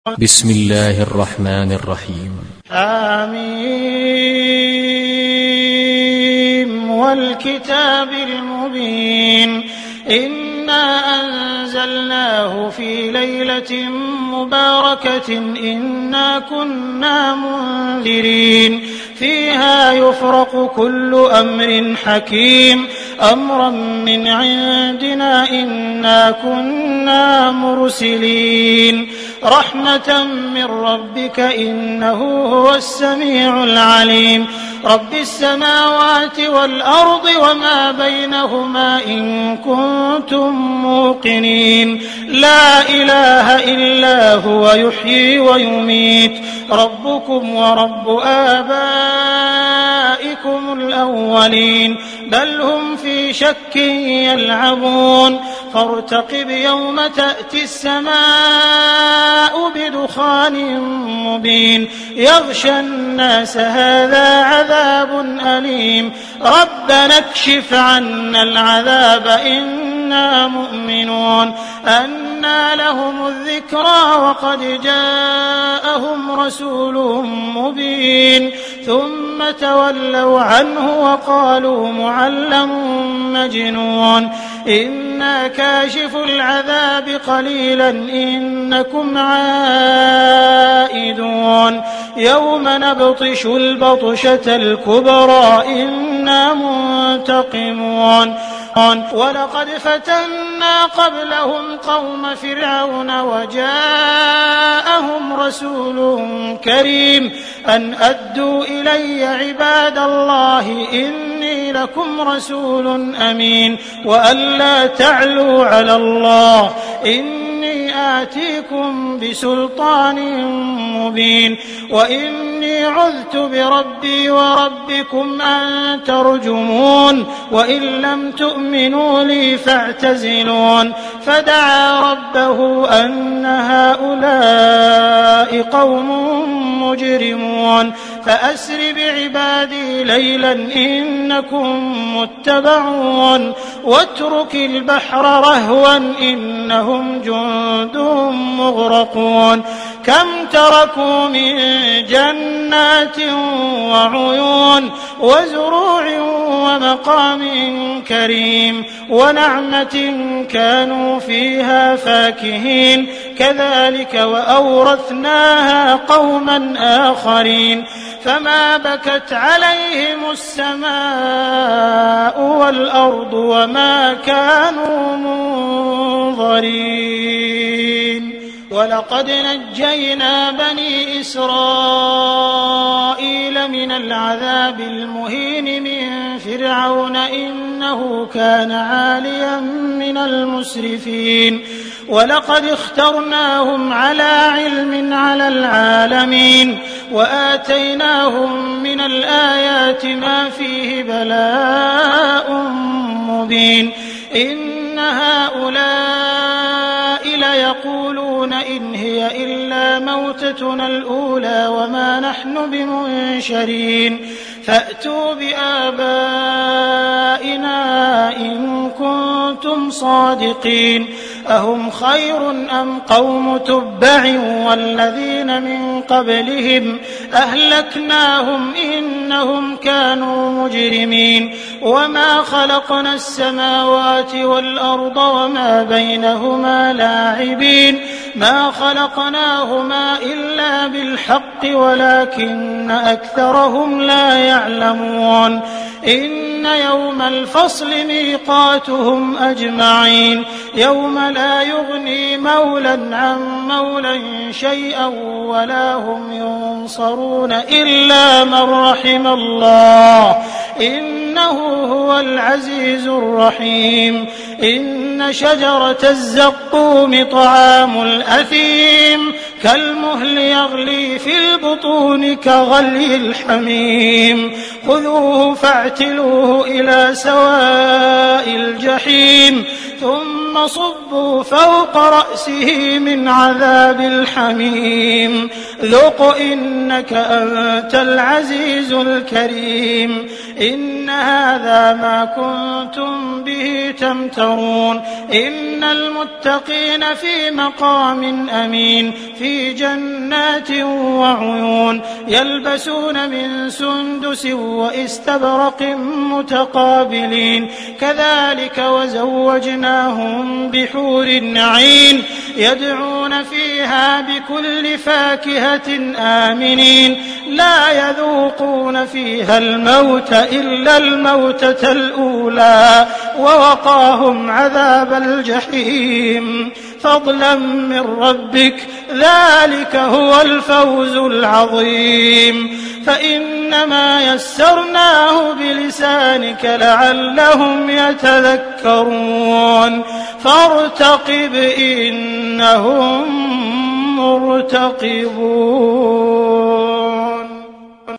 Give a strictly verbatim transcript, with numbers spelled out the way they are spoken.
بسم الله الرحمن الرحيم. آمين والكتاب المبين إنا أنزلناه في ليلة مباركة إنا كنا منذرين فيها يفرق كل أمر حكيم أمرا من عندنا إنا كنا مرسلين رحمة من ربك إنه هو السميع العليم رب السماوات والأرض وما بينهما إن كنتم موقنين لا إله إلا هو يحيي ويميت ربكم ورب آبائكم الأولين بل هم في شك يلعبون فارتقب يوم تأتي السماء بدخان مبين يغشى الناس هذا عذاب أليم ربنا اكشف عنا العذاب إنا مؤمنون أنى لهم الذكرى وقد جاءهم رسول مبين ثم تولوا عنه وقالوا معلم مجنون إنا كاشف العذاب قليلا إنكم عائدون يوم نبطش البطشة الكبرى إنا منتقمون ولقد فتنا قبلهم قوم فرعون وجاءهم رسول كريم أن أدوا إلي عباد الله إني لكم رسول أمين وأن لا تعلوا على الله إني آتيكم بسلطان مبين وإني عذت بربي وربكم أن ترجمون وإن لم تؤمنوا لي فاعتزلون فدعا ربه أن هؤلاء قوم مجرمون فأسر بعبادي ليلا إنكم متبعون واترك البحر رهوا إنهم جند مغرقون كم تركوا من جنات وعيون وزروع ومقام كريم ونعمة كانوا فيها فاكهين كذلك وأورثناها قوما آخرين فما بكت عليهم السماء والأرض وما كانوا منظرين ولقد نجينا بني إسرائيل من العذاب المهين من فرعون إنه كان عاليا من المسرفين ولقد اخترناهم على علم على العالمين وآتيناهم من الآيات ما فيه بلاء مبين إن هؤلاء ليقولون إن هي إلا موتتنا الأولى وما نحن بمنشرين فأتوا بآبائنا إن كنتم صادقين أهم خير أم قوم تبع والذين من قبلهم أهلكناهم إنهم كانوا مجرمين وما خلقنا السماوات والأرض وما بينهما لاعبين ما خلقناهما إلا بالحق ولكن أكثرهم لا يعلمون إن يوم الفصل ميقاتهم أجمعين يوم لا يغني مولى عن مولى شيئا ولا هم ينصرون إلا من رحم الله إنه هو العزيز الرحيم إن شجرة الزقوم طعام الأثيم كالمهل يغلي في البطون كغلي الحميم خذوه فاعتلوه إلى سواء الجحيم ثم صبوا فوق رأسه من عذاب الحميم ذق إنك أنت العزيز الكريم إن هذا ما كنتم به تمترون إن المتقين في مقام أمين في جنات وعيون يلبسون من سندس وإستبرق متقابلين كذلك وزوجناهم بحور عين يدعون فيها بكل فاكهة آمنين لا يذوقون فيها الموت إلا الموتة الأولى ووقاهم عذاب الجحيم فضلا من ربك ذلك هو الفوز العظيم فإنما يسرناه بلسانك لعلهم يتذكرون فارتقب إنهم مرتقبون.